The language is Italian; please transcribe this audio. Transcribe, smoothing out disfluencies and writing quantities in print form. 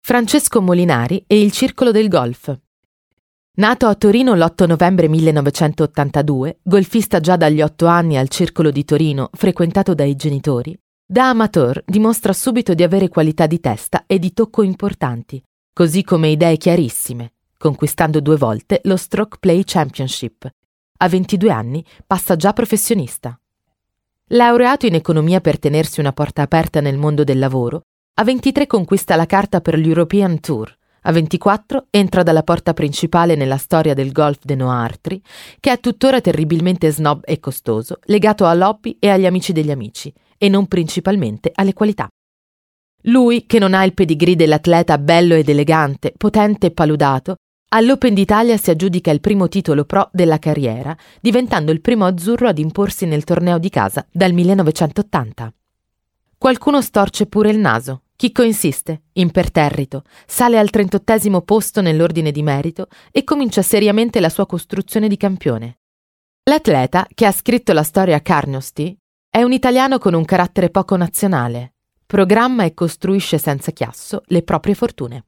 Francesco Molinari e il Circolo del Golf. Nato a Torino l'8 novembre 1982, golfista già dagli 8 anni al Circolo di Torino, frequentato dai genitori, da amateur dimostra subito di avere qualità di testa e di tocco importanti, così come idee chiarissime, conquistando 2 volte lo Stroke Play Championship. A 22 anni passa già professionista. Laureato in economia per tenersi una porta aperta nel mondo del lavoro, a 23 conquista la carta per l'European Tour, a 24 entra dalla porta principale nella storia del golf de Noirtree, che è tuttora terribilmente snob e costoso, legato all'hobby e agli amici degli amici, e non principalmente alle qualità. Lui, che non ha il pedigree dell'atleta bello ed elegante, potente e paludato, all'Open d'Italia si aggiudica il primo titolo pro della carriera, diventando il primo azzurro ad imporsi nel torneo di casa dal 1980. Qualcuno storce pure il naso. Chicco insiste, imperterrito, sale al 38° posto nell'ordine di merito e comincia seriamente la sua costruzione di campione. L'atleta, che ha scritto la storia Carnoustie, è un italiano con un carattere poco nazionale. Programma e costruisce senza chiasso le proprie fortune.